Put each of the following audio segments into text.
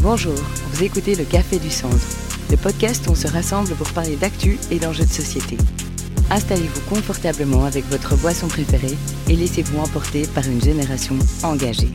Bonjour, vous écoutez le Café du Centre, le podcast où on se rassemble pour parler d'actu et d'enjeux de société. Installez-vous confortablement avec votre boisson préférée et laissez-vous emporter par une génération engagée.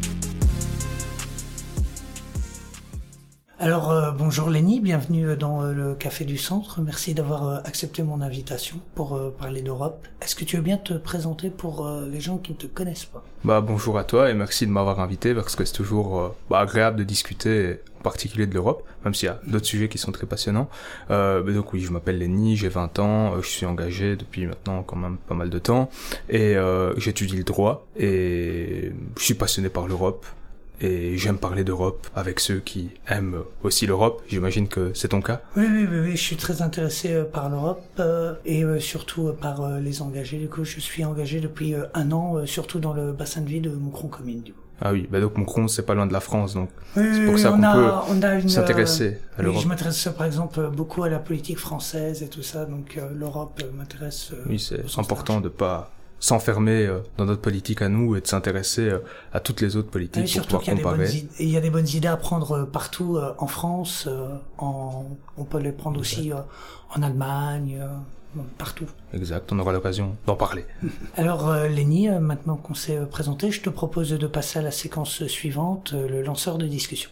Alors bonjour Lénie, bienvenue dans le Café du Centre. Merci d'avoir accepté mon invitation pour parler d'Europe. Est-ce que tu veux bien te présenter pour les gens qui ne te connaissent pas ? Bonjour à toi et merci de m'avoir invité parce que c'est toujours agréable de discuter en particulier de l'Europe, même s'il y a d'autres sujets qui sont très passionnants. Donc oui, je m'appelle Lénie, j'ai 20 ans, je suis engagé depuis maintenant quand même pas mal de temps et j'étudie le droit et je suis passionné par l'Europe. Et j'aime parler d'Europe avec ceux qui aiment aussi l'Europe. J'imagine que c'est ton cas. Oui, je suis très intéressé par l'Europe et surtout par les engagés. Du coup, je suis engagé depuis un an, surtout dans le bassin de vie de Moucron-Commune. Du coup. Ah oui, donc Moucron, c'est pas loin de la France, donc c'est pour ça qu'on peut s'intéresser à l'Europe. Oui, je m'intéresse par exemple beaucoup à la politique française et tout ça, donc l'Europe m'intéresse. Oui, c'est important de pas s'enfermer dans notre politique à nous et de s'intéresser à toutes les autres politiques pour pouvoir comparer. Il y a des bonnes idées à prendre partout en France, on peut les prendre aussi en Allemagne, partout. Exact, on aura l'occasion d'en parler. Alors Lénie, maintenant qu'on s'est présenté, je te propose de passer à la séquence suivante, le lanceur de discussion.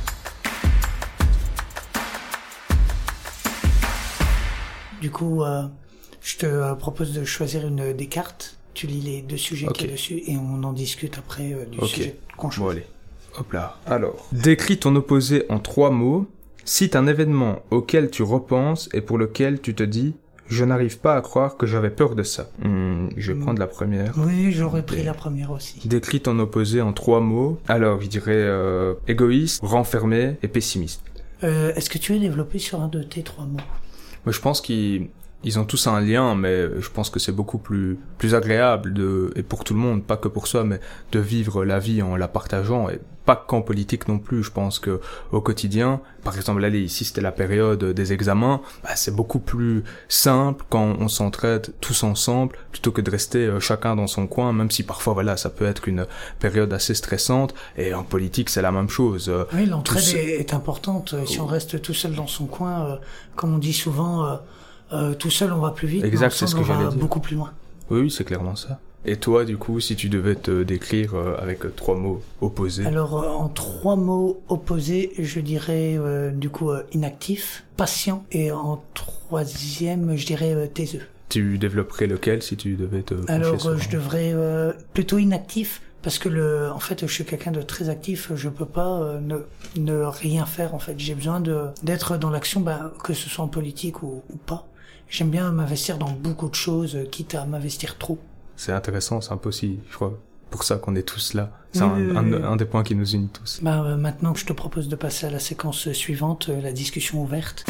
Du coup, je te propose de choisir une des cartes. Tu lis les deux sujets qu'il y a dessus et on en discute après du sujet qu'on choisit. Bon allez, hop là. Alors, décris ton opposé en 3 mots. Cite un événement auquel tu repenses et pour lequel tu te dis « Je n'arrive pas à croire que j'avais peur de ça ». Je vais prendre la première. Oui, j'aurais pris la première aussi. Décris ton opposé en 3 mots. Alors, je dirais égoïste, renfermé et pessimiste. Est-ce que tu veux développer sur un de tes 3 mots ? Moi, je pense qu'ils ont tous un lien, mais je pense que c'est beaucoup plus agréable et pour tout le monde, pas que pour soi, mais de vivre la vie en la partageant et pas qu'en politique non plus. Je pense que au quotidien, par exemple, ici c'était la période des examens, c'est beaucoup plus simple quand on s'entraide tous ensemble plutôt que de rester chacun dans son coin, même si parfois ça peut être une période assez stressante. Et en politique, c'est la même chose. Oui, l'entraide est importante. Si on reste tout seul dans son coin, comme on dit souvent. Tout seul on va plus vite, exact, mais ensemble, c'est ce que j'allais dire. Beaucoup plus loin. Oui, c'est clairement ça. Et toi, du coup, si tu devais te décrire avec 3 mots opposés? Alors, en 3 mots opposés, je dirais inactif, patient, et en 3e, je dirais taiseux. Tu développerais lequel si tu devais te pencher Alors, sur je devrais plutôt inactif. Parce que en fait, je suis quelqu'un de très actif, je peux pas ne rien faire en fait. J'ai besoin d'être dans l'action, que ce soit en politique ou pas. J'aime bien m'investir dans beaucoup de choses, quitte à m'investir trop. C'est intéressant, c'est un peu aussi, je crois, pour ça qu'on est tous là. C'est un des points qui nous unit tous. Maintenant que je te propose de passer à la séquence suivante, la discussion ouverte.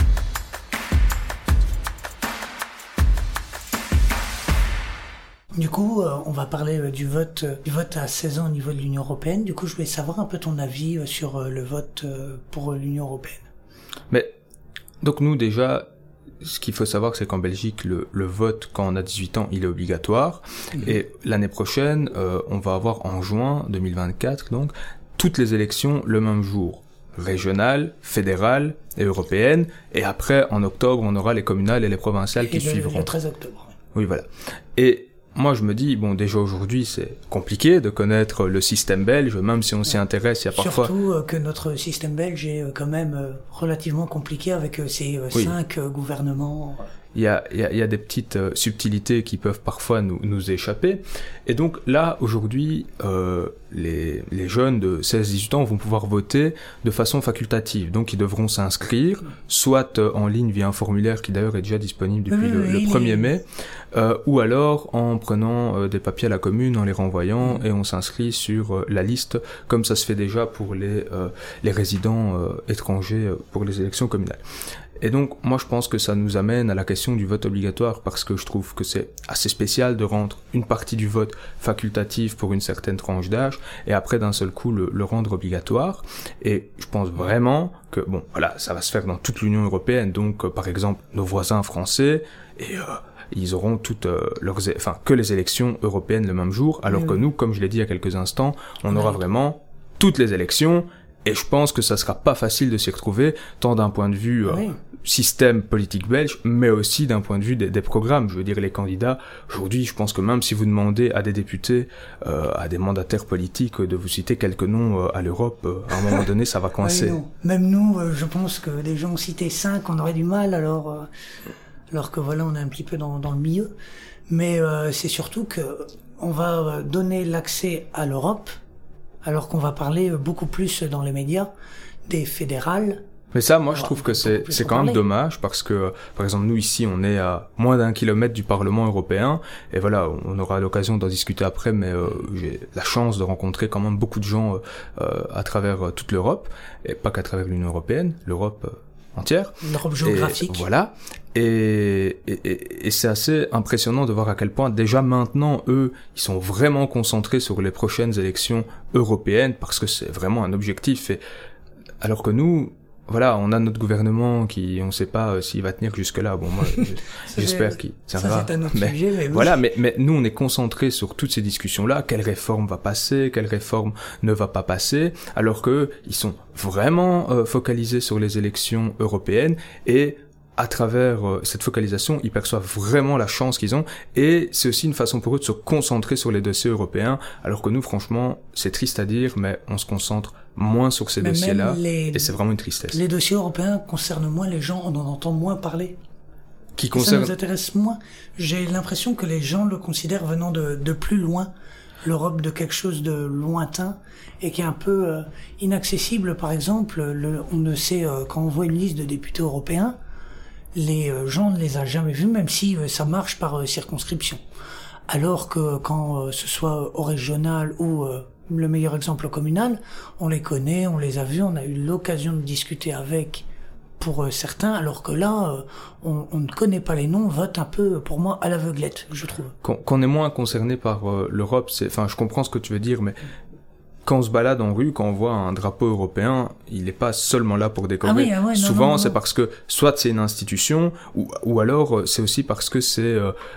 Du coup, on va parler du vote à 16 ans au niveau de l'Union européenne. Du coup, je voulais savoir un peu ton avis sur le vote pour l'Union européenne. Mais donc nous déjà, ce qu'il faut savoir, c'est qu'en Belgique, le vote quand on a 18 ans, il est obligatoire. Et l'année prochaine, on va avoir en juin 2024, donc toutes les élections le même jour. Régionales, fédérales et européennes. Et après, en octobre, on aura les communales et les provinciales qui suivront. Le 13 octobre. Oui, voilà. Et moi, je me dis, déjà aujourd'hui, c'est compliqué de connaître le système belge, même si on s'y intéresse, il y a parfois... Surtout que notre système belge est quand même relativement compliqué avec ses 5 gouvernements... Il y a des petites subtilités qui peuvent parfois nous échapper. Et donc là, aujourd'hui, les jeunes de 16-18 ans vont pouvoir voter de façon facultative. Donc ils devront s'inscrire, soit en ligne via un formulaire qui d'ailleurs est déjà disponible depuis le 1er mai, ou alors en prenant des papiers à la commune, en les renvoyant, et on s'inscrit sur la liste, comme ça se fait déjà pour les résidents étrangers pour les élections communales. Et donc, moi, je pense que ça nous amène à la question du vote obligatoire parce que je trouve que c'est assez spécial de rendre une partie du vote facultatif pour une certaine tranche d'âge et après, d'un seul coup, le rendre obligatoire. Et je pense vraiment que, ça va se faire dans toute l'Union européenne. Donc, par exemple, nos voisins français et ils auront toutes que les élections européennes le même jour, alors que nous, comme je l'ai dit il y a quelques instants, on aura vraiment toutes les élections Et je pense que ça sera pas facile de s'y retrouver, tant d'un point de vue système politique belge, mais aussi d'un point de vue des programmes. Je veux dire, les candidats, aujourd'hui, je pense que même si vous demandez à des députés, à des mandataires politiques de vous citer quelques noms à l'Europe, à un moment donné, ça va coincer. Même nous, je pense que des gens ont cité 5, on aurait du mal, alors que voilà, on est un petit peu dans le milieu. Mais c'est surtout que on va donner l'accès à l'Europe, alors qu'on va parler beaucoup plus dans les médias des fédérales. Mais ça, moi, je trouve que c'est quand même dommage parce que, par exemple, nous ici, on est à moins d'1 kilomètre du Parlement européen et voilà, on aura l'occasion d'en discuter après, mais j'ai la chance de rencontrer quand même beaucoup de gens à travers toute l'Europe et pas qu'à travers l'Union européenne, l'Europe entière. L'Europe géographique. Et, voilà. Et c'est assez impressionnant de voir à quel point déjà maintenant, eux, ils sont vraiment concentrés sur les prochaines élections européennes parce que c'est vraiment un objectif. Et alors que nous, voilà, on a notre gouvernement qui, on sait pas s'il va tenir jusque-là. Bon, moi, j'espère qu'il tiendra. Ça, c'est un autre sujet, mais oui. Voilà, mais nous, on est concentrés sur toutes ces discussions-là. Quelle réforme va passer? Quelle réforme ne va pas passer? Alors que ils sont vraiment focalisés sur les élections européennes et à travers cette focalisation, ils perçoivent vraiment la chance qu'ils ont et c'est aussi une façon pour eux de se concentrer sur les dossiers européens alors que nous, franchement, c'est triste à dire, mais on se concentre moins sur ces dossiers-là et c'est vraiment une tristesse. Les dossiers européens concernent moins les gens, on en entend moins parler. Ça nous intéresse moins. J'ai l'impression que les gens le considèrent venant de plus loin, l'Europe de quelque chose de lointain et qui est un peu inaccessible. Par exemple, on ne sait, quand on voit une liste de députés européens, les gens ne les a jamais vus, même si ça marche par circonscription. Alors que quand ce soit au régional ou le meilleur exemple au communal, on les connaît, on les a vus, on a eu l'occasion de discuter avec pour certains, alors que là, on ne connaît pas les noms, on vote un peu, pour moi, à l'aveuglette, je trouve. Qu'on est moins concerné par l'Europe, enfin, je comprends ce que tu veux dire, mais quand on se balade en rue, quand on voit un drapeau européen, il n'est pas seulement là pour décorer. Souvent, c'est parce que soit c'est une institution, ou alors c'est aussi parce que c'est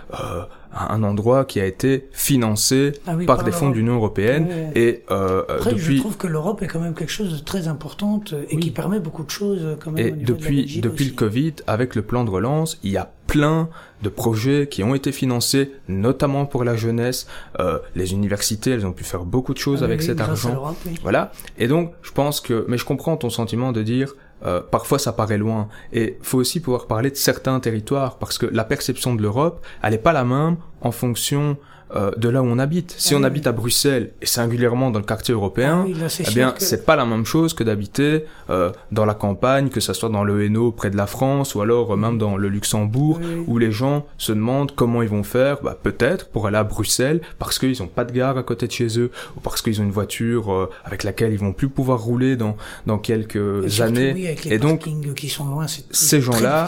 un endroit qui a été financé par des fonds de l'Union européenne. Et après, je trouve que l'Europe est quand même quelque chose de très importante et qui permet beaucoup de choses quand même. Et au niveau depuis le Covid, avec le plan de relance, il y a plein de projets qui ont été financés, notamment pour la jeunesse. Les universités, elles ont pu faire beaucoup de choses avec cet argent. Voilà. Et donc, je pense que, mais je comprends ton sentiment de dire, parfois ça paraît loin. Et faut aussi pouvoir parler de certains territoires, parce que la perception de l'Europe, elle est pas la même en fonction de là où on habite. Si on habite à Bruxelles, et singulièrement dans le quartier européen, eh bien, c'est pas la même chose que d'habiter dans la campagne, que ça soit dans le Hainaut, près de la France, ou alors même dans le Luxembourg, où les gens se demandent comment ils vont faire, peut-être pour aller à Bruxelles, parce qu'ils ont pas de gare à côté de chez eux, ou parce qu'ils ont une voiture avec laquelle ils vont plus pouvoir rouler dans quelques années. Oui, avec les parkings qui sont loin, c'est ces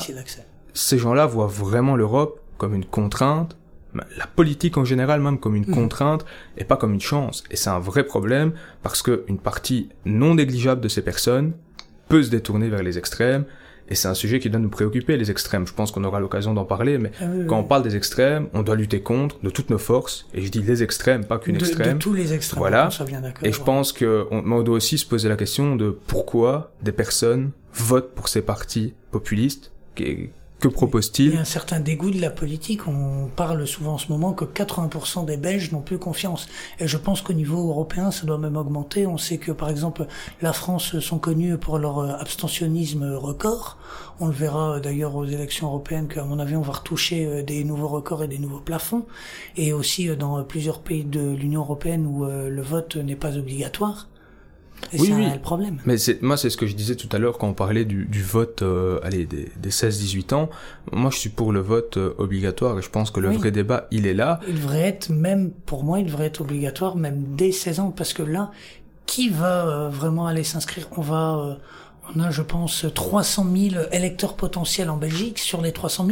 gens-là voient vraiment l'Europe comme une contrainte, la politique en général même comme une contrainte et pas comme une chance. Et c'est un vrai problème parce que une partie non négligeable de ces personnes peut se détourner vers les extrêmes et c'est un sujet qui doit nous préoccuper, les extrêmes. Je pense qu'on aura l'occasion d'en parler, mais quand on parle des extrêmes, on doit lutter contre de toutes nos forces. Et je dis les extrêmes, pas qu'une extrême. De tous les extrêmes. Voilà. Bien d'accord. Et je pense on doit aussi se poser la question de pourquoi des personnes votent pour ces partis populistes. Que propose-t-il? Il y a un certain dégoût de la politique. On parle souvent en ce moment que 80% des Belges n'ont plus confiance. Et je pense qu'au niveau européen, ça doit même augmenter. On sait que, par exemple, la France sont connus pour leur abstentionnisme record. On le verra d'ailleurs aux élections européennes qu'à mon avis, on va retoucher des nouveaux records et des nouveaux plafonds. Et aussi dans plusieurs pays de l'Union européenne où le vote n'est pas obligatoire. Et oui, le problème. Mais moi, c'est ce que je disais tout à l'heure quand on parlait du vote, des 16-18 ans. Moi, je suis pour le vote obligatoire et je pense que le vrai débat, il est là. Il devrait être pour moi, il devrait être obligatoire même dès 16 ans parce que là, qui va vraiment aller s'inscrire? On a, je pense, 300 000 électeurs potentiels en Belgique. Sur les 300 000,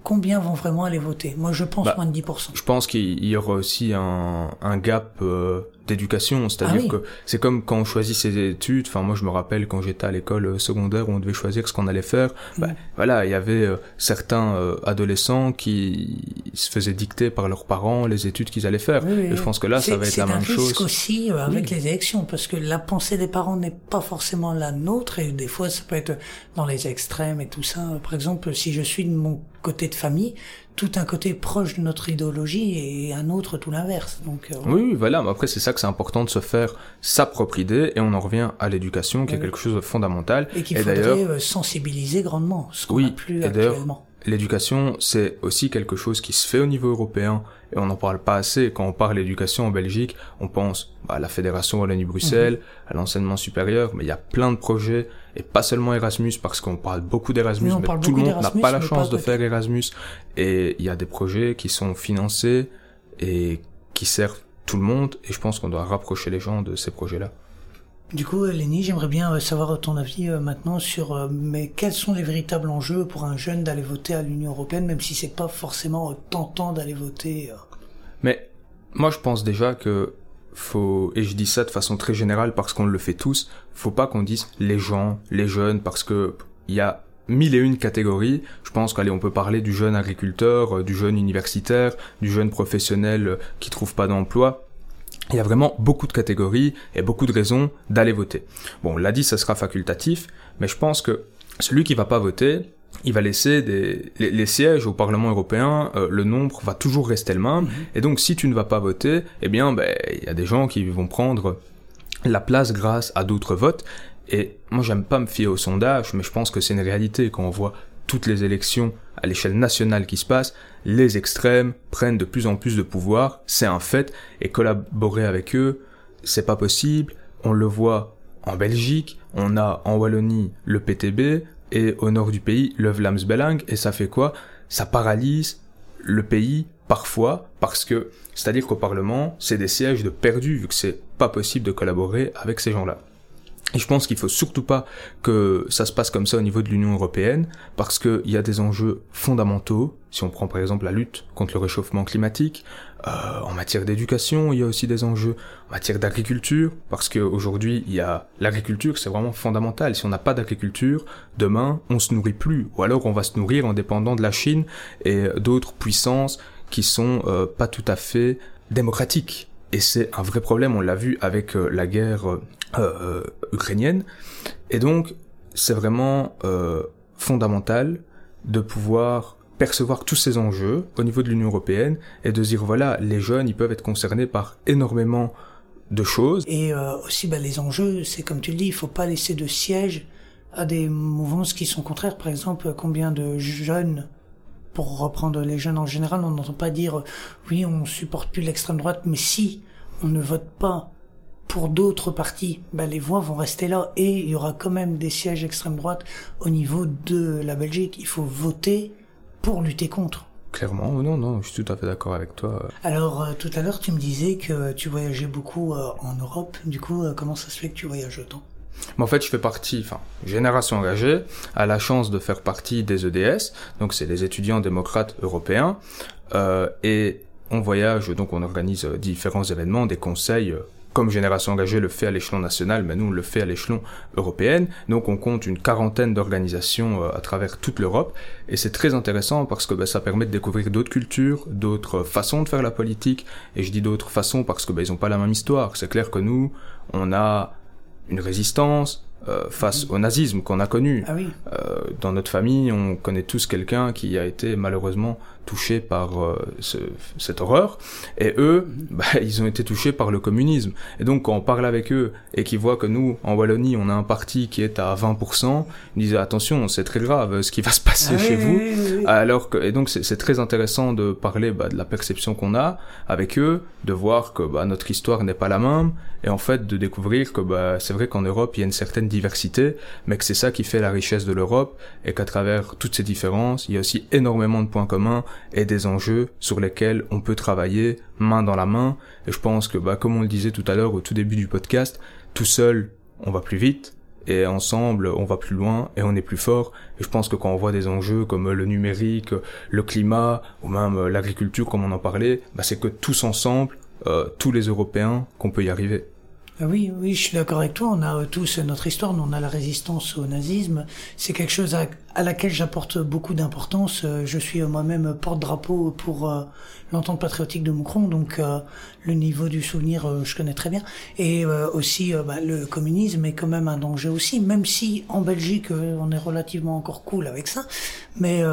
combien vont vraiment aller voter? Moi, je pense moins de 10%. Je pense qu'il y aura aussi un gap d'éducation, c'est-à-dire que c'est comme quand on choisit ses études. Enfin, moi, je me rappelle quand j'étais à l'école secondaire où on devait choisir ce qu'on allait faire. Voilà, il y avait certains adolescents qui se faisaient dicter par leurs parents les études qu'ils allaient faire. Et je pense que là, ça va être la même chose. C'est un risque aussi avec les élections, parce que la pensée des parents n'est pas forcément la nôtre, et des fois, ça peut être dans les extrêmes et tout ça. Par exemple, si je suis de mon côté de famille, tout un côté proche de notre idéologie et un autre tout l'inverse. Donc oui, voilà, mais après c'est ça que c'est important de se faire sa propre idée, et on en revient à l'éducation qui est quelque chose de fondamental. Et qu'il faudrait sensibiliser grandement, ce qu'on n'a plus actuellement. L'éducation, c'est aussi quelque chose qui se fait au niveau européen, et on n'en parle pas assez. Quand on parle d'éducation en Belgique, on pense à la Fédération Wallonie-Bruxelles, à l'enseignement supérieur, mais il y a plein de projets, et pas seulement Erasmus, parce qu'on parle beaucoup d'Erasmus, mais tout le monde n'a pas la chance de faire Erasmus. Et il y a des projets qui sont financés et qui servent tout le monde, et je pense qu'on doit rapprocher les gens de ces projets-là. Du coup, Lenny, j'aimerais bien savoir ton avis maintenant sur mais quels sont les véritables enjeux pour un jeune d'aller voter à l'Union européenne, même si c'est pas forcément tentant d'aller voter. Mais moi, je pense déjà que faut, et je dis ça de façon très générale parce qu'on le fait tous, faut pas qu'on dise les gens, les jeunes, parce que il y a 1001 catégories. Je pense qu'allez, on peut parler du jeune agriculteur, du jeune universitaire, du jeune professionnel qui trouve pas d'emploi. Il y a vraiment beaucoup de catégories et beaucoup de raisons d'aller voter. Bon, on l'a dit, ça sera facultatif, mais je pense que celui qui va pas voter, il va laisser les sièges au Parlement européen, le nombre va toujours rester le même. Et donc, si tu ne vas pas voter, eh bien, il y a des gens qui vont prendre la place grâce à d'autres votes. Et moi, j'aime pas me fier aux sondages, mais je pense que c'est une réalité quand on voit toutes les élections à l'échelle nationale qui se passent, les extrêmes prennent de plus en plus de pouvoir, c'est un fait, et collaborer avec eux, c'est pas possible. On le voit en Belgique, on a en Wallonie le PTB, et au nord du pays, le Vlaams Belang, et ça fait quoi? Ça paralyse le pays, parfois, parce que, c'est-à-dire qu'au Parlement, c'est des sièges de perdus, vu que c'est pas possible de collaborer avec ces gens-là. Et je pense qu'il faut surtout pas que ça se passe comme ça au niveau de l'Union européenne, parce qu'il y a des enjeux fondamentaux. Si on prend par exemple la lutte contre le réchauffement climatique, en matière d'éducation, il y a aussi des enjeux. En matière d'agriculture, parce qu'aujourd'hui, il y a l'agriculture, c'est vraiment fondamental. Si on n'a pas d'agriculture, demain, on se nourrit plus. Ou alors on va se nourrir en dépendant de la Chine et d'autres puissances qui sont pas tout à fait démocratiques. Et c'est un vrai problème, on l'a vu avec la guerre ukrainienne. Et donc, c'est vraiment fondamental de pouvoir percevoir tous ces enjeux au niveau de l'Union européenne et de dire, voilà, les jeunes, ils peuvent être concernés par énormément de choses. Et aussi, les enjeux, c'est comme tu le dis, il faut pas laisser de siège à des mouvances qui sont contraires. Par exemple, combien de jeunes... Pour reprendre les jeunes en général, on n'entend pas dire oui, on supporte plus l'extrême droite, mais si on ne vote pas pour d'autres partis, les voix vont rester là et il y aura quand même des sièges extrême droite au niveau de la Belgique. Il faut voter pour lutter contre. Clairement, non, je suis tout à fait d'accord avec toi. Alors, tout à l'heure, tu me disais que tu voyageais beaucoup en Europe. Du coup, comment ça se fait que tu voyages autant ? Mais en fait, je fais partie, Génération Engagée a la chance de faire partie des EDS, donc c'est les étudiants démocrates européens, et on voyage, donc on organise différents événements, des conseils, comme Génération Engagée le fait à l'échelon national, mais nous on le fait à l'échelon européen, donc on compte une 40aine d'organisations à travers toute l'Europe, et c'est très intéressant parce que ça permet de découvrir d'autres cultures, d'autres façons de faire la politique, et je dis d'autres façons parce que ils ont pas la même histoire. C'est clair que nous, on a une résistance face au nazisme qu'on a connu. Ah oui. Dans notre famille, on connaît tous quelqu'un qui a été malheureusement touché par cette horreur. Et eux, ils ont été touchés par le communisme. Et donc, quand on parle avec eux et qu'ils voient que nous, en Wallonie, on a un parti qui est à 20%, ils disent attention, c'est très grave ce qui va se passer chez vous. Oui. Alors que, et donc, c'est très intéressant de parler de la perception qu'on a avec eux, de voir que notre histoire n'est pas la même, et en fait de découvrir que c'est vrai qu'en Europe, il y a une certaine diversité, mais que c'est ça qui fait la richesse de l'Europe, et qu'à travers toutes ces différences, il y a aussi énormément de points communs et des enjeux sur lesquels on peut travailler main dans la main. Et je pense que, comme on le disait tout à l'heure au tout début du podcast, tout seul, on va plus vite, et ensemble on va plus loin et on est plus fort. Et je pense que quand on voit des enjeux comme le numérique, le climat ou même l'agriculture comme on en parlait, c'est que tous ensemble, tous les Européens, qu'on peut y arriver. Oui, je suis d'accord avec toi. On a tous notre histoire. Nous, on a la résistance au nazisme. C'est quelque chose à laquelle j'apporte beaucoup d'importance. Je suis moi-même porte-drapeau pour l'entente patriotique de Moucron, donc le niveau du souvenir, je connais très bien. Et aussi, le communisme est quand même un danger aussi, même si en Belgique, on est relativement encore cool avec ça. Mais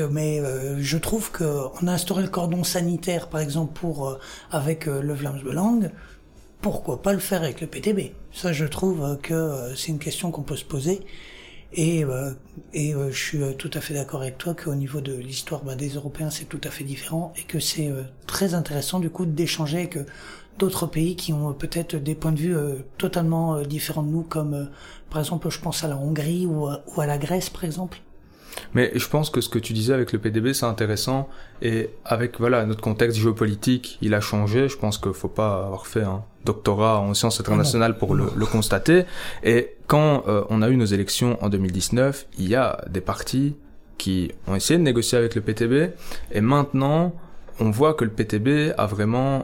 je trouve que on a instauré le cordon sanitaire, par exemple, avec le Vlaams-Belang. Pourquoi pas le faire avec le PTB? Ça, je trouve que c'est une question qu'on peut se poser. Et je suis tout à fait d'accord avec toi qu'au niveau de l'histoire des Européens, c'est tout à fait différent et que c'est très intéressant du coup d'échanger avec d'autres pays qui ont peut-être des points de vue totalement différents de nous, comme par exemple, je pense à la Hongrie ou à la Grèce, par exemple. Mais je pense que ce que tu disais avec le PTB, c'est intéressant. Et avec, notre contexte géopolitique, il a changé. Je pense qu'il faut pas avoir fait un doctorat en sciences internationales pour le constater. Et quand on a eu nos élections en 2019, il y a des partis qui ont essayé de négocier avec le PTB. Et maintenant, on voit que le PTB a vraiment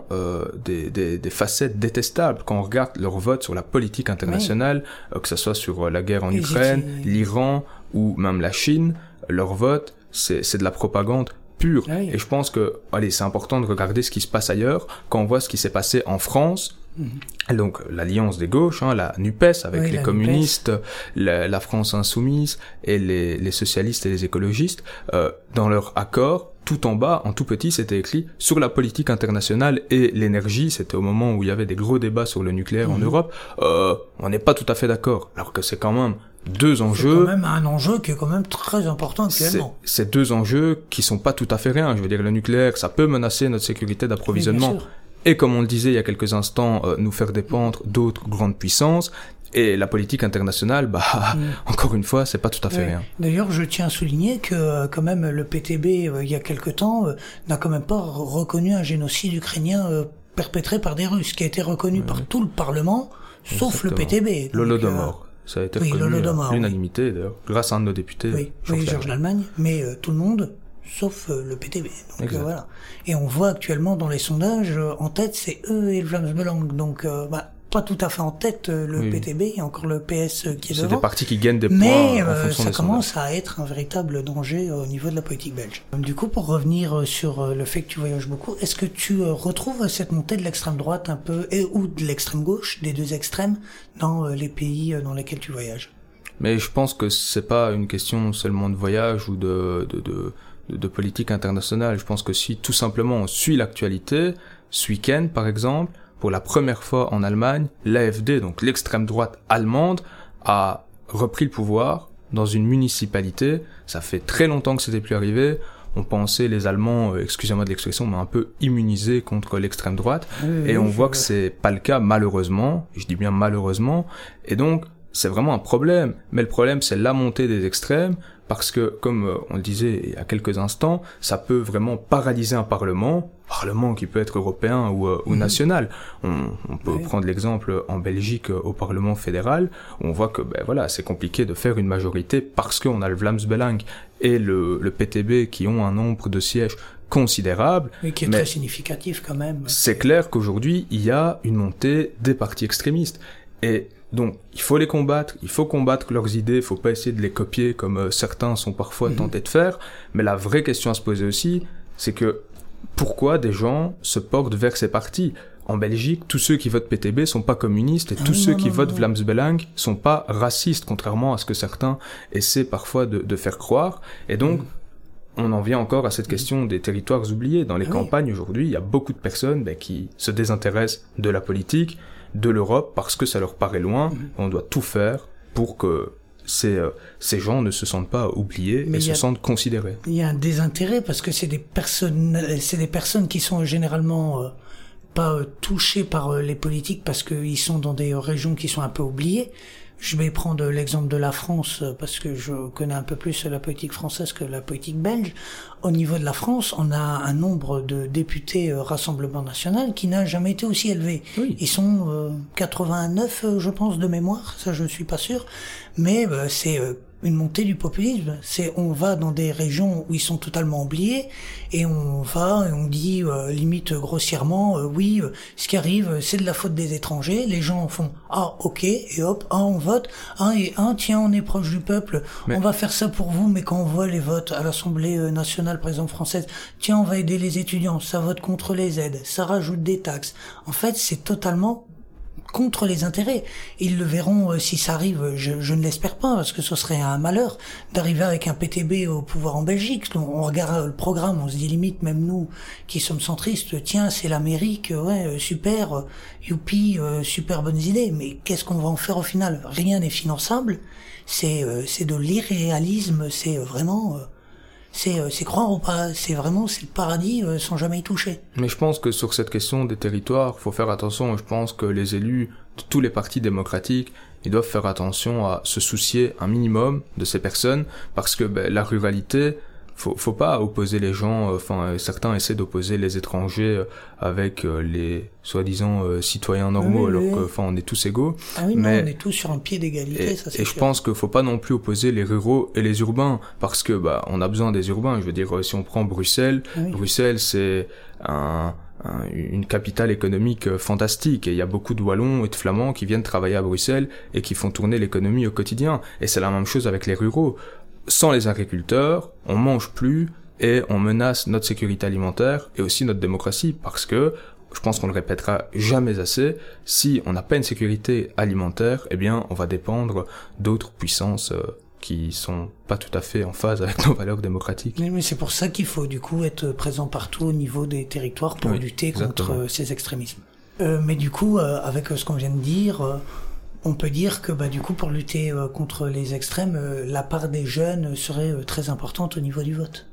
des facettes détestables quand on regarde leur vote sur la politique internationale, que ce soit sur la guerre en Ukraine, l'Iran ou même la Chine. Leur vote, c'est de la propagande pure. Oui. Et je pense que, c'est important de regarder ce qui se passe ailleurs. Quand on voit ce qui s'est passé en France, donc l'alliance des gauches, la NUPES avec les communistes, la France insoumise et les socialistes et les écologistes, dans leur accord, tout en bas, en tout petit, c'était écrit sur la politique internationale et l'énergie. C'était au moment où il y avait des gros débats sur le nucléaire en Europe. On n'est pas tout à fait d'accord, alors que c'est quand même deux enjeux. C'est quand même un enjeu qui est quand même très important actuellement. C'est deux enjeux qui sont pas tout à fait rien. Je veux dire, le nucléaire, ça peut menacer notre sécurité d'approvisionnement. Oui, et comme on le disait il y a quelques instants, nous faire dépendre d'autres grandes puissances. Et la politique internationale, encore une fois, c'est pas tout à fait rien. D'ailleurs, je tiens à souligner que quand même le PTB, il y a quelque temps, n'a quand même pas reconnu un génocide ukrainien perpétré par des Russes, qui a été reconnu par tout le Parlement, sauf le PTB. L'Holodomor. Ça a été reconnu à l'unanimité, d'ailleurs, grâce à un de nos députés. Georges Lallemagne, mais tout le monde, sauf le PTB. Donc voilà. Et on voit actuellement dans les sondages, en tête, c'est eux et le Vlaams-Belang. Donc pas tout à fait en tête le PTB, il y a encore le PS qui est devant. C'est des partis qui gagnent des points mais en fonction ça des commence sondages. à être un véritable danger au niveau de la politique belge. Du coup, pour revenir sur le fait que tu voyages beaucoup, est-ce que tu retrouves cette montée de l'extrême droite un peu, ou de l'extrême gauche, des deux extrêmes, dans les pays dans lesquels tu voyages? Mais je pense que c'est pas une question seulement de voyage ou de politique internationale. Je pense que si tout simplement on suit l'actualité, ce week-end par exemple, pour la première fois en Allemagne, l'AfD, donc l'extrême droite allemande, a repris le pouvoir dans une municipalité. Ça fait très longtemps que c'était plus arrivé. On pensait les Allemands, excusez-moi de l'expression, mais un peu immunisés contre l'extrême droite. Et on voit que c'est pas le cas, malheureusement. Je dis bien malheureusement. Et donc, c'est vraiment un problème. Mais le problème, c'est la montée des extrêmes, parce que, comme on le disait il y a quelques instants, ça peut vraiment paralyser un parlement qui peut être européen ou national. On peut prendre l'exemple en Belgique au Parlement fédéral, où on voit que c'est compliqué de faire une majorité parce qu'on a le Vlaams-Belang et le PTB qui ont un nombre de sièges considérable. Mais qui est très significatif quand même. C'est clair qu'aujourd'hui, il y a une montée des partis extrémistes. Et donc, il faut les combattre, il faut combattre leurs idées, il faut pas essayer de les copier comme certains sont parfois tentés de faire. Mais la vraie question à se poser aussi, c'est que pourquoi des gens se portent vers ces partis? En Belgique, tous ceux qui votent PTB sont pas communistes et tous ceux qui votent Vlaams-Belang sont pas racistes, contrairement à ce que certains essaient parfois de faire croire. Et donc, on en vient encore à cette question des territoires oubliés. Dans les campagnes aujourd'hui, il y a beaucoup de personnes qui se désintéressent de la politique, de l'Europe, parce que ça leur paraît loin. On doit tout faire pour que ces gens ne se sentent pas oubliés et se sentent considérés. Il y a un désintérêt parce que c'est des personnes qui sont généralement pas touchées par les politiques parce qu'ils sont dans des régions qui sont un peu oubliées. Je vais prendre l'exemple de la France parce que je connais un peu plus la politique française que la politique belge. Au niveau de la France, on a un nombre de députés Rassemblement National qui n'a jamais été aussi élevé. Oui. Ils sont 89, je pense, de mémoire. Ça, je ne suis pas sûr. Mais c'est une montée du populisme. On va dans des régions où ils sont totalement oubliés et on dit limite grossièrement oui, ce qui arrive c'est de la faute des étrangers. Les gens font ah ok et hop on vote tiens on est proche du peuple, on va faire ça pour vous. Mais quand on voit les votes à l'Assemblée nationale par exemple française, tiens on va aider les étudiants, ça vote contre les aides, ça rajoute des taxes. En fait c'est totalement contre les intérêts. Ils le verront si ça arrive, je ne l'espère pas, parce que ce serait un malheur d'arriver avec un PTB au pouvoir en Belgique. On regarde le programme, on se dit limite, même nous qui sommes centristes, tiens, c'est l'Amérique, ouais, super, youpi, super bonnes idées, mais qu'est-ce qu'on va en faire au final? Rien n'est finançable, c'est de l'irréalisme, c'est vraiment... C'est croire ou pas, c'est le paradis sans jamais y toucher. Mais je pense que sur cette question des territoires, faut faire attention. Je pense que les élus de tous les partis démocratiques, ils doivent faire attention à se soucier un minimum de ces personnes, parce que la ruralité, faut pas opposer les gens. Certains essaient d'opposer les étrangers avec les soi-disant citoyens normaux, alors que on est tous égaux. Ah oui, mais on est tous sur un pied d'égalité, ça c'est sûr. Et je pense qu'il faut pas non plus opposer les ruraux et les urbains, parce que on a besoin des urbains. Je veux dire, si on prend Bruxelles, Bruxelles c'est une capitale économique fantastique, et il y a beaucoup de Wallons et de Flamands qui viennent travailler à Bruxelles et qui font tourner l'économie au quotidien. Et c'est la même chose avec les ruraux. Sans les agriculteurs, on mange plus et on menace notre sécurité alimentaire et aussi notre démocratie, parce que je pense qu'on le répétera jamais assez, si on n'a pas une sécurité alimentaire, eh bien on va dépendre d'autres puissances qui sont pas tout à fait en phase avec nos valeurs démocratiques. Mais c'est pour ça qu'il faut du coup être présent partout au niveau des territoires pour lutter contre ces extrémismes. Mais du coup, avec ce qu'on vient de dire, on peut dire que du coup pour lutter contre les extrêmes, la part des jeunes serait très importante au niveau du vote.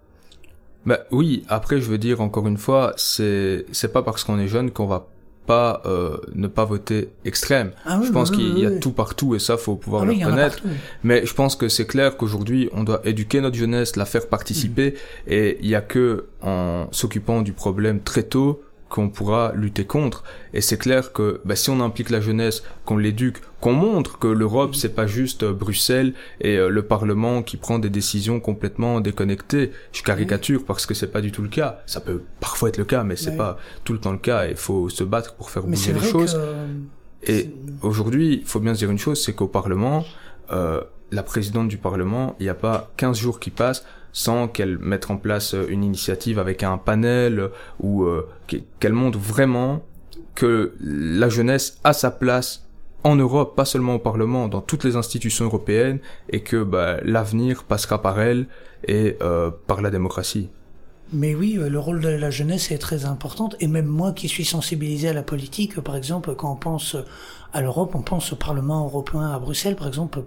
Oui, après je veux dire encore une fois, c'est pas parce qu'on est jeune qu'on va pas ne pas voter extrême. Je pense qu'il y a tout partout, et ça faut pouvoir le reconnaître. Mais je pense que c'est clair qu'aujourd'hui on doit éduquer notre jeunesse, la faire participer, et il y a que en s'occupant du problème très tôt qu'on pourra lutter contre. Et c'est clair que si on implique la jeunesse, qu'on l'éduque, qu'on montre que l'Europe c'est pas juste Bruxelles et le Parlement qui prend des décisions complètement déconnectées. Je caricature parce que c'est pas du tout le cas. Ça peut parfois être le cas, mais c'est pas tout le temps le cas, et il faut se battre pour faire bouger les choses. Et aujourd'hui, il faut bien se dire une chose, c'est qu'au Parlement, la présidente du Parlement, il n'y a pas 15 jours qui passent sans qu'elle mette en place une initiative avec un panel ou qu'elle montre vraiment que la jeunesse a sa place en Europe, pas seulement au Parlement, dans toutes les institutions européennes, et que l'avenir passera par elle et par la démocratie. Mais oui, le rôle de la jeunesse est très important, et même moi qui suis sensibilisé à la politique, par exemple, quand on pense à l'Europe, on pense au Parlement européen à Bruxelles, par exemple,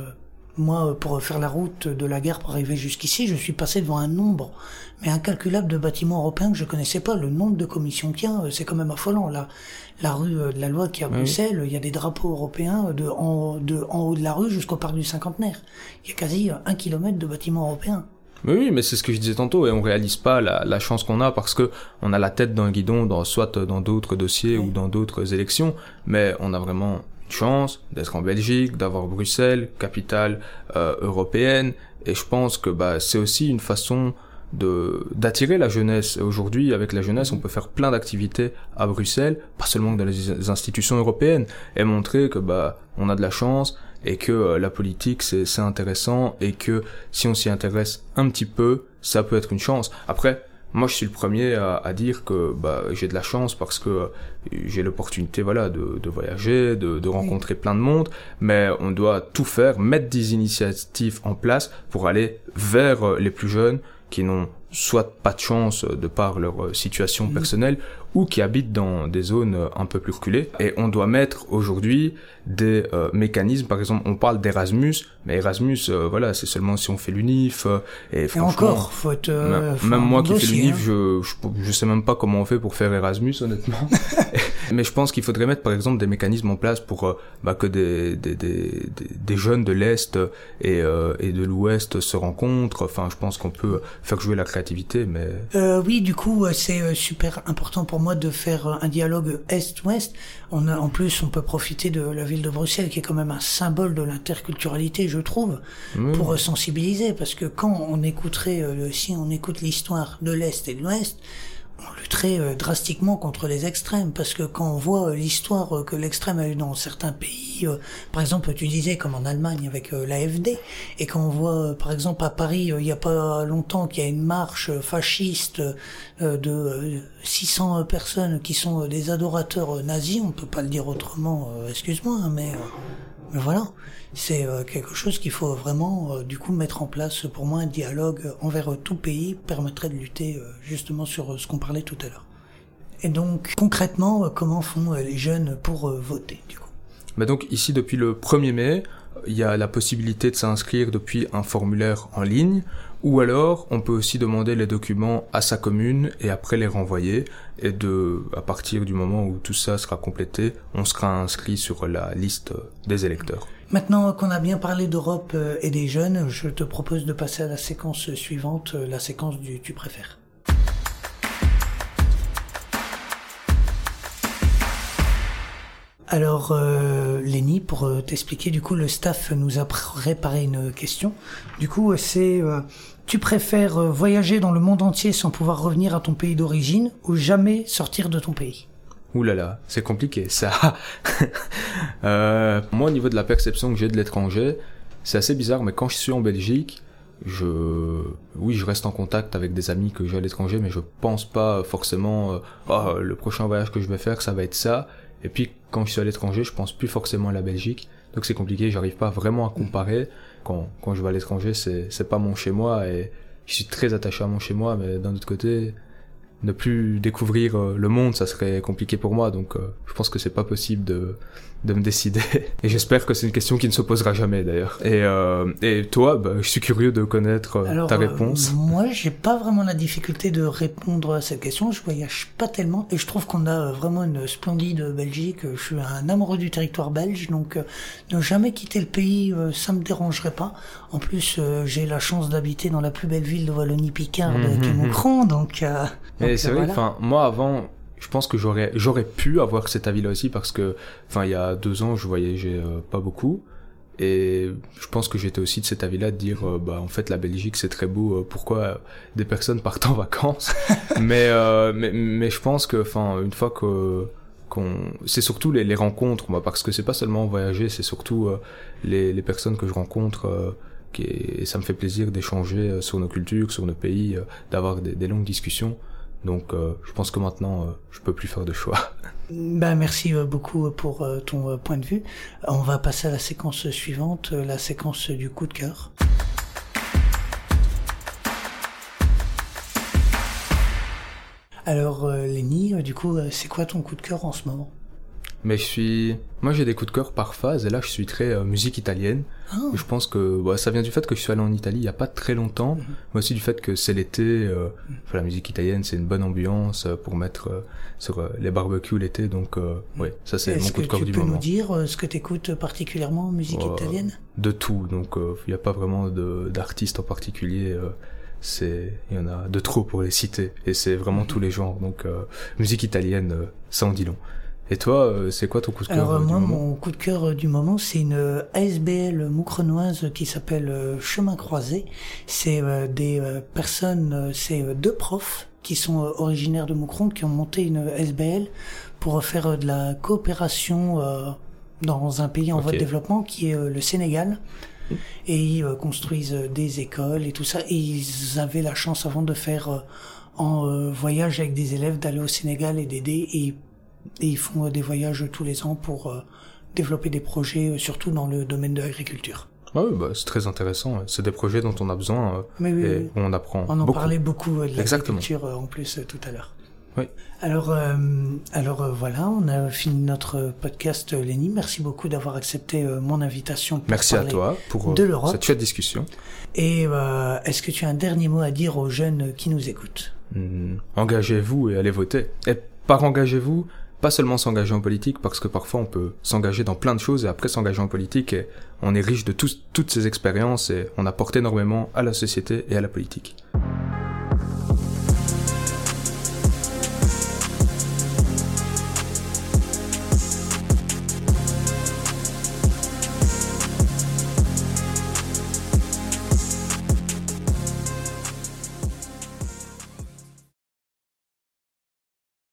pour faire la route de la gare pour arriver jusqu'ici, je suis passé devant un nombre incalculable de bâtiments européens que je connaissais pas. Le nombre de commissions qu'il y a, c'est quand même affolant. La rue de la Loi qui est à Bruxelles, il y a des drapeaux européens en haut de la rue jusqu'au parc du Cinquantenaire. Il y a quasi 1 kilomètre de bâtiments européens. Oui, mais c'est ce que je disais tantôt, et on réalise pas la chance qu'on a, parce que on a la tête dans le guidon, soit dans d'autres dossiers ou dans d'autres élections, mais on a vraiment chance d'être en Belgique, d'avoir Bruxelles, capitale européenne, et je pense que c'est aussi une façon d'attirer la jeunesse. Aujourd'hui, avec la jeunesse, on peut faire plein d'activités à Bruxelles, pas seulement dans les institutions européennes, et montrer que on a de la chance, et que la politique c'est intéressant, et que si on s'y intéresse un petit peu, ça peut être une chance. Après, moi je suis le premier à dire que j'ai de la chance parce que j'ai l'opportunité de voyager, de rencontrer plein de monde, mais on doit tout faire, mettre des initiatives en place pour aller vers les plus jeunes qui n'ont soit pas de chance de par leur situation personnelle, ou qui habitent dans des zones un peu plus reculées. Et on doit mettre aujourd'hui des mécanismes. Par exemple, on parle d'Erasmus, mais Erasmus, c'est seulement si on fait l'UNIF. Et encore, faut être... même moi qui fais l'UNIF, je sais même pas comment on fait pour faire Erasmus, honnêtement. Mais je pense qu'il faudrait mettre par exemple des mécanismes en place pour que des jeunes de l'Est et de l'Ouest se rencontrent. Enfin, je pense qu'on peut faire jouer la créativité, mais... Oui, du coup, c'est super important pour moi de faire un dialogue Est-Ouest. En plus, on peut profiter de la ville de Bruxelles, qui est quand même un symbole de l'interculturalité, je trouve, pour sensibiliser. Parce que quand on écouterait, si on écoute l'histoire de l'Est et de l'Ouest, on lutterait drastiquement contre les extrêmes, parce que quand on voit l'histoire que l'extrême a eu dans certains pays, par exemple, tu disais comme en Allemagne avec l'AfD, et quand on voit par exemple à Paris, il y a pas longtemps qu'il y a une marche fasciste de 600 personnes qui sont des adorateurs nazis, on peut pas le dire autrement, excuse-moi, mais voilà. C'est quelque chose qu'il faut vraiment du coup mettre en place. Pour moi, un dialogue envers tout pays permettrait de lutter justement sur ce qu'on parlait tout à l'heure. Et donc concrètement, comment font les jeunes pour voter du coup? Mais donc ici, depuis le 1er mai, il y a la possibilité de s'inscrire depuis un formulaire en ligne, ou alors on peut aussi demander les documents à sa commune et après les renvoyer, et à partir du moment où tout ça sera complété, on sera inscrit sur la liste des électeurs. Maintenant qu'on a bien parlé d'Europe et des jeunes, je te propose de passer à la séquence suivante, la séquence du « tu préfères ». Alors, Lénie, pour t'expliquer, du coup, le staff nous a préparé une question. Du coup, c'est tu préfères voyager dans le monde entier sans pouvoir revenir à ton pays d'origine ou jamais sortir de ton pays? Ouh là là, c'est compliqué, ça. Moi, au niveau de la perception que j'ai de l'étranger, c'est assez bizarre, mais quand je suis en Belgique, oui, je reste en contact avec des amis que j'ai à l'étranger, mais je pense pas forcément, le prochain voyage que je vais faire, ça va être ça. Et puis, quand je suis à l'étranger, je pense plus forcément à la Belgique. Donc c'est compliqué, j'arrive pas vraiment à comparer. Quand je vais à l'étranger, c'est pas mon chez-moi et je suis très attaché à mon chez-moi, mais d'un autre côté, ne plus découvrir le monde, ça serait compliqué pour moi. Donc je pense que c'est pas possible de me décider. Et j'espère que c'est une question qui ne se posera jamais d'ailleurs. Et toi, je suis curieux de connaître ta réponse. Moi, j'ai pas vraiment la difficulté de répondre à cette question. Je voyage pas tellement et je trouve qu'on a vraiment une splendide Belgique. Je suis un amoureux du territoire belge, donc ne jamais quitter le pays, ça me dérangerait pas. En plus, j'ai la chance d'habiter dans la plus belle ville de Wallonie-Picarde, qui est Moucron, donc. Mais c'est vrai. Enfin, moi avant. Je pense que j'aurais pu avoir cet avis-là aussi parce que, enfin, il y a 2 ans, je voyageais pas beaucoup et je pense que j'étais aussi de cet avis-là de dire, en fait, la Belgique c'est très beau, pourquoi des personnes partent en vacances? mais je pense que, enfin, une fois c'est surtout les rencontres, moi, parce que c'est pas seulement voyager, c'est surtout les personnes que je rencontre. Et ça me fait plaisir d'échanger sur nos cultures, sur nos pays, d'avoir des longues discussions. Donc je pense que maintenant je peux plus faire de choix. Merci beaucoup pour ton point de vue. On va passer à la séquence suivante, la séquence du coup de cœur. Alors Lénie, du coup, c'est quoi ton coup de cœur en ce moment? Mais moi j'ai des coups de cœur par phase et là je suis très musique italienne. Oh. Je pense que ça vient du fait que je suis allé en Italie il y a pas très longtemps, mais aussi du fait que c'est l'été. La musique italienne c'est une bonne ambiance pour mettre sur les barbecues l'été, donc ouais, ça c'est mon coup de cœur du moment. Est-ce que tu peux nous dire ce que t'écoutes particulièrement en musique italienne? De tout, donc il y a pas vraiment d'artiste en particulier. Il y en a de trop pour les citer et c'est vraiment tous les genres, donc musique italienne, ça en dit long. Et toi, c'est quoi ton coup de cœur? Alors moi, mon coup de cœur du moment, c'est une ASBL moucronoise qui s'appelle Chemin Croisé. C'est des personnes, c'est 2 profs qui sont originaires de Moucron qui ont monté une ASBL pour faire de la coopération dans un pays en voie de développement qui est le Sénégal. Et ils construisent des écoles et tout ça. Et ils avaient la chance avant de faire en voyage avec des élèves d'aller au Sénégal et d'aider et ils font des voyages tous les ans pour développer des projets, surtout dans le domaine de l'agriculture. Ah oui, c'est très intéressant. C'est des projets dont on a besoin et où on apprend beaucoup. On en parlait beaucoup de l'agriculture en plus tout à l'heure. Oui. Alors voilà, on a fini notre podcast, Lénie. Merci beaucoup d'avoir accepté mon invitation. Merci à toi pour cette chouette discussion. Et est-ce que tu as un dernier mot à dire aux jeunes qui nous écoutent? Engagez-vous et allez voter. Et par engagez-vous, pas seulement s'engager en politique, parce que parfois on peut s'engager dans plein de choses et après s'engager en politique, et on est riche de toutes ces expériences et on apporte énormément à la société et à la politique.